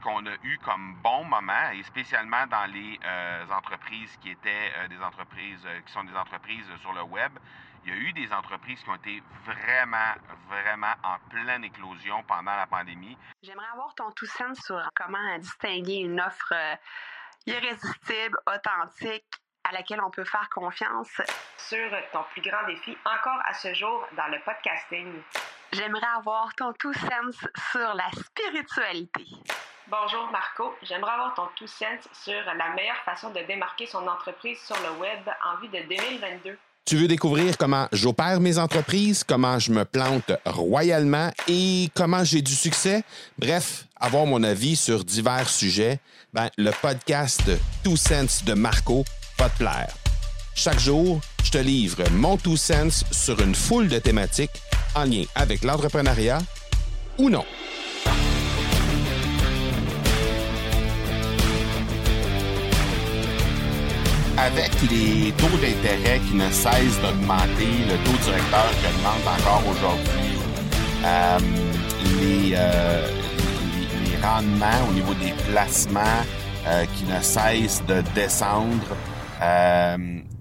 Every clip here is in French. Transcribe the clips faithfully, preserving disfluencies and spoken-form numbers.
qu'on a eu comme bon moment, et spécialement dans les euh, entreprises qui étaient euh, des entreprises, euh, qui sont des entreprises sur le web, il y a eu des entreprises qui ont été vraiment, vraiment en pleine éclosion pendant la pandémie. J'aimerais avoir ton tout sens sur comment distinguer une offre euh, irrésistible, authentique, à laquelle on peut faire confiance. Sur ton plus grand défi encore à ce jour dans le podcasting. J'aimerais avoir ton tout sens sur la spiritualité. Bonjour Marco, j'aimerais avoir ton tout sens sur la meilleure façon de démarquer son entreprise sur le web en vue de deux mille vingt-deux. Tu veux découvrir comment j'opère mes entreprises, comment je me plante royalement et comment j'ai du succès? Bref, avoir mon avis sur divers sujets, ben, le podcast Two Cents de Marco va te plaire. Chaque jour, je te livre mon Two Cents sur une foule de thématiques en lien avec l'entrepreneuriat ou non. Avec les taux d'intérêt qui ne cessent d'augmenter, le taux directeur qui augmente encore aujourd'hui, euh, les, euh, les, les rendements au niveau des placements euh, qui ne cessent de descendre, euh,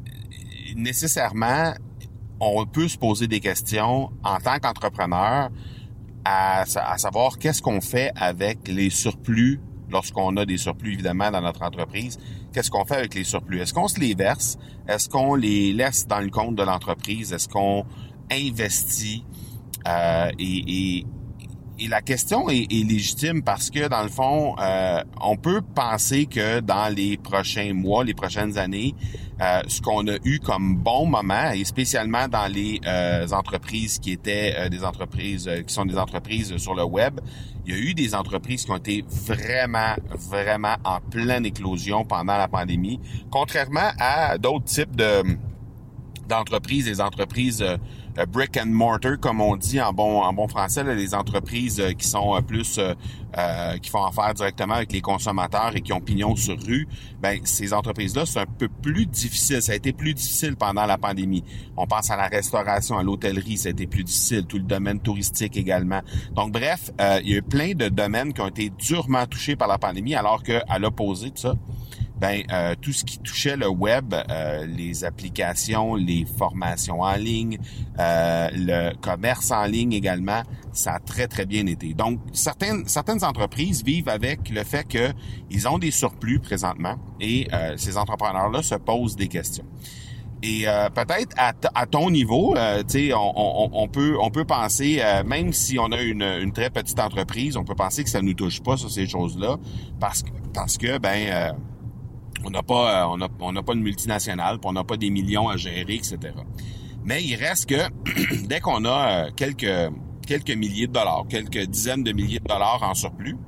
nécessairement, on peut se poser des questions en tant qu'entrepreneur à, à savoir qu'est-ce qu'on fait avec les surplus lorsqu'on a des surplus, évidemment, dans notre entreprise. Qu'est-ce qu'on fait avec les surplus? Est-ce qu'on se les verse? Est-ce qu'on les laisse dans le compte de l'entreprise? Est-ce qu'on investit? Euh, et, et, et la question est, est légitime parce que, dans le fond, euh, on peut penser que dans les prochains mois, les prochaines années, euh, ce qu'on a eu comme bon moment, et spécialement dans les euh, entreprises qui étaient euh, des entreprises, euh, qui sont des entreprises sur le web, il y a eu des entreprises qui ont été vraiment, vraiment en pleine éclosion pendant la pandémie, contrairement à d'autres types de d'entreprises, des entreprises euh, brick and mortar, comme on dit en bon en bon français, là, les entreprises euh, qui sont euh, plus euh, euh, qui font affaire directement avec les consommateurs et qui ont pignon sur rue. Ben ces entreprises-là, c'est un peu plus difficile. Ça a été plus difficile pendant la pandémie. On pense à la restauration, à l'hôtellerie, ça a été plus difficile. Tout le domaine touristique également. Donc bref, euh, il y a eu plein de domaines qui ont été durement touchés par la pandémie, alors que à l'opposé de ça, ben euh, tout ce qui touchait le web, euh, les applications, les formations en ligne, euh, le commerce en ligne également, ça a très très bien été. Donc certaines certaines entreprises vivent avec le fait que ils ont des surplus présentement et euh, ces entrepreneurs-là se posent des questions. Et euh, peut-être à, t- à ton niveau, euh, tu sais, on, on, on peut on peut penser, euh, même si on a une, une très petite entreprise, on peut penser que ça nous touche pas sur ces choses-là, parce que parce que ben euh, On n'a pas, on a, on n'a pas une multinationale, puis on n'a pas des millions à gérer, et cetera. Mais il reste que dès qu'on a quelques quelques milliers de dollars, quelques dizaines de milliers de dollars en surplus,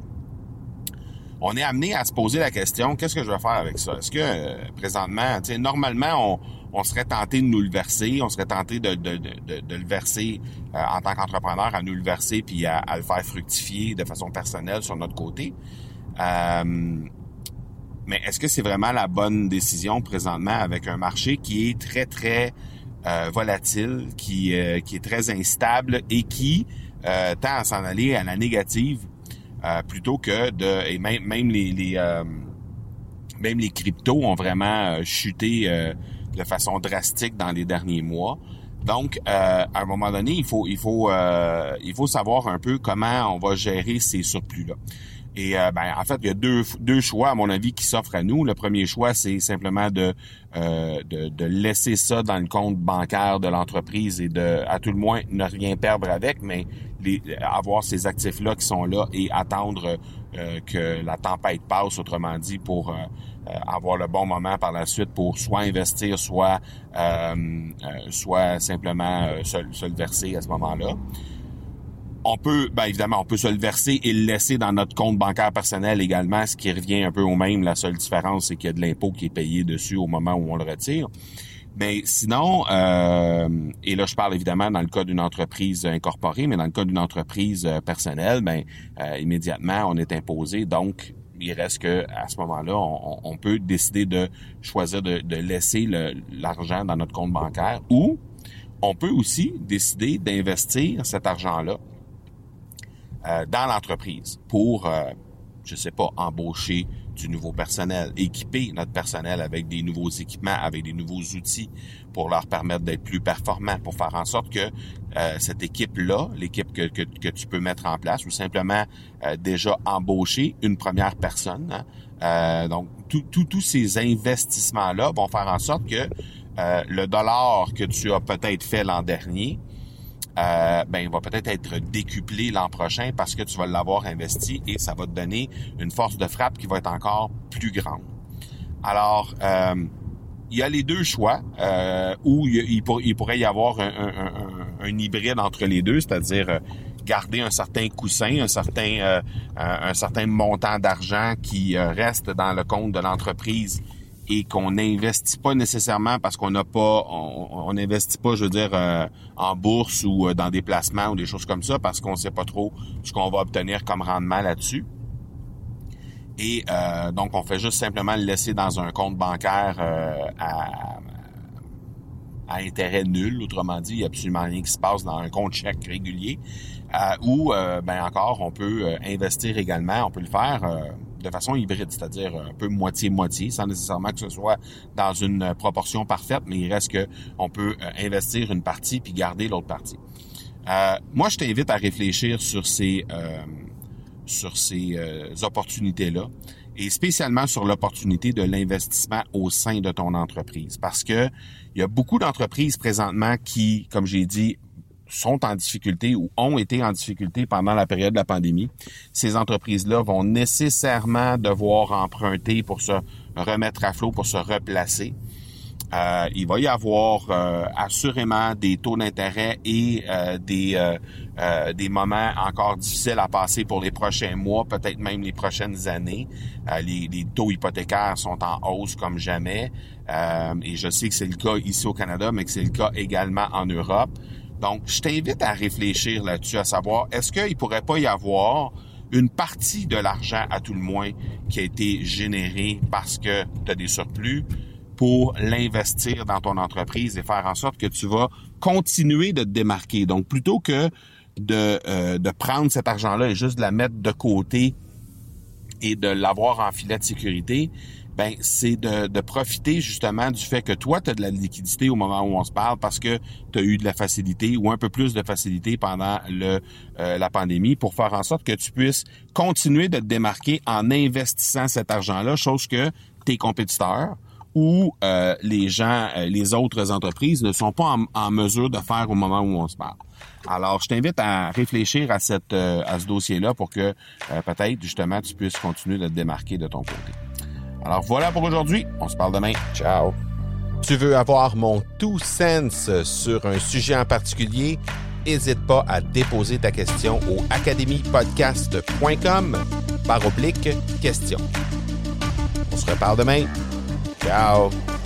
on est amené à se poser la question, qu'est-ce que je vais faire avec ça? Est-ce que euh, présentement, tu sais, normalement, on, on serait tenté de nous le verser, on serait tenté de, de, de, de le verser euh, en tant qu'entrepreneur, à nous le verser puis à, à le faire fructifier de façon personnelle sur notre côté. Euh, Mais est-ce que c'est vraiment la bonne décision présentement avec un marché qui est très, très euh, volatile, qui, euh, qui est très instable et qui euh, tend à s'en aller à la négative euh, plutôt que de... Et même, même les, les euh, même les cryptos ont vraiment euh, chuté euh, de façon drastique dans les derniers mois. Donc, euh, à un moment donné, il faut, il faut, euh, il faut savoir un peu comment on va gérer ces surplus-là. Et euh, ben en fait, il y a deux deux choix à mon avis qui s'offrent à nous. Le premier choix, c'est simplement de euh, de, de laisser ça dans le compte bancaire de l'entreprise et de à tout le moins ne rien perdre avec, mais les, avoir ces actifs-là qui sont là et attendre euh, que la tempête passe, autrement dit, pour euh, avoir le bon moment par la suite pour soit investir, soit euh, euh, soit simplement euh, se, se le verser à ce moment-là. On peut, bien évidemment, on peut se le verser et le laisser dans notre compte bancaire personnel également, ce qui revient un peu au même. La seule différence, c'est qu'il y a de l'impôt qui est payé dessus au moment où on le retire. Mais sinon, euh, et là je parle évidemment dans le cas d'une entreprise incorporée, mais dans le cas d'une entreprise personnelle, ben euh, immédiatement on est imposé. Donc il reste que à ce moment-là, on, on peut décider de choisir de, de laisser le, l'argent dans notre compte bancaire, ou on peut aussi décider d'investir cet argent-là Euh, dans l'entreprise pour, euh, je sais pas, embaucher du nouveau personnel, équiper notre personnel avec des nouveaux équipements, avec des nouveaux outils pour leur permettre d'être plus performants, pour faire en sorte que euh, cette équipe-là, l'équipe que, que, que tu peux mettre en place, ou simplement euh, déjà embaucher une première personne, hein, euh, donc tous tout, tous ces investissements-là vont faire en sorte que euh, le dollar que tu as peut-être fait l'an dernier, Euh, ben, il va peut-être être décuplé l'an prochain parce que tu vas l'avoir investi et ça va te donner une force de frappe qui va être encore plus grande. Alors, euh, il y a les deux choix euh, où il, il, pour, il pourrait y avoir un, un, un, un hybride entre les deux, c'est-à-dire euh, garder un certain coussin, un certain, euh, un, un certain montant d'argent qui euh, reste dans le compte de l'entreprise et qu'on n'investit pas nécessairement parce qu'on n'a pas, on n'investit pas, je veux dire, euh, en bourse ou euh, dans des placements ou des choses comme ça parce qu'on ne sait pas trop ce qu'on va obtenir comme rendement là-dessus. Et euh, donc, on fait juste simplement le laisser dans un compte bancaire euh, à, à intérêt nul. Autrement dit, il n'y a absolument rien qui se passe dans un compte chèque régulier. Euh, ou, euh, ben encore, on peut euh, investir également. On peut le faire euh, de façon hybride, c'est-à-dire un peu moitié-moitié, sans nécessairement que ce soit dans une proportion parfaite, mais il reste que on peut euh, investir une partie puis garder l'autre partie. Euh, moi, je t'invite à réfléchir sur ces euh, sur ces euh, opportunités-là et spécialement sur l'opportunité de l'investissement au sein de ton entreprise, parce que il y a beaucoup d'entreprises présentement qui, comme j'ai dit, sont en difficulté ou ont été en difficulté pendant la période de la pandémie. Ces entreprises-là vont nécessairement devoir emprunter pour se remettre à flot, pour se replacer. Euh, il va y avoir euh, assurément des taux d'intérêt et euh, des euh, euh, des moments encore difficiles à passer pour les prochains mois, peut-être même les prochaines années. Euh, les, les taux hypothécaires sont en hausse comme jamais. Euh, et je sais que c'est le cas ici au Canada, mais que c'est le cas également en Europe. Donc, je t'invite à réfléchir là-dessus, à savoir, est-ce qu'il pourrait pas y avoir une partie de l'argent, à tout le moins, qui a été généré parce que tu as des surplus, pour l'investir dans ton entreprise et faire en sorte que tu vas continuer de te démarquer. Donc, plutôt que de, euh, de prendre cet argent-là et juste de la mettre de côté et de l'avoir en filet de sécurité, ben c'est de, de profiter justement du fait que toi, tu as de la liquidité au moment où on se parle parce que tu as eu de la facilité ou un peu plus de facilité pendant le euh, la pandémie pour faire en sorte que tu puisses continuer de te démarquer en investissant cet argent-là, chose que tes compétiteurs ou euh, les gens, euh, les autres entreprises ne sont pas en, en mesure de faire au moment où on se parle. Alors, je t'invite à réfléchir à cette euh, à ce dossier-là pour que euh, peut-être, justement, tu puisses continuer de te démarquer de ton côté. Alors, voilà pour aujourd'hui. On se parle demain. Ciao! Tu veux avoir mon two cents sur un sujet en particulier? N'hésite pas à déposer ta question au academy podcast point com barre oblique question. On se reparle demain. Ciao!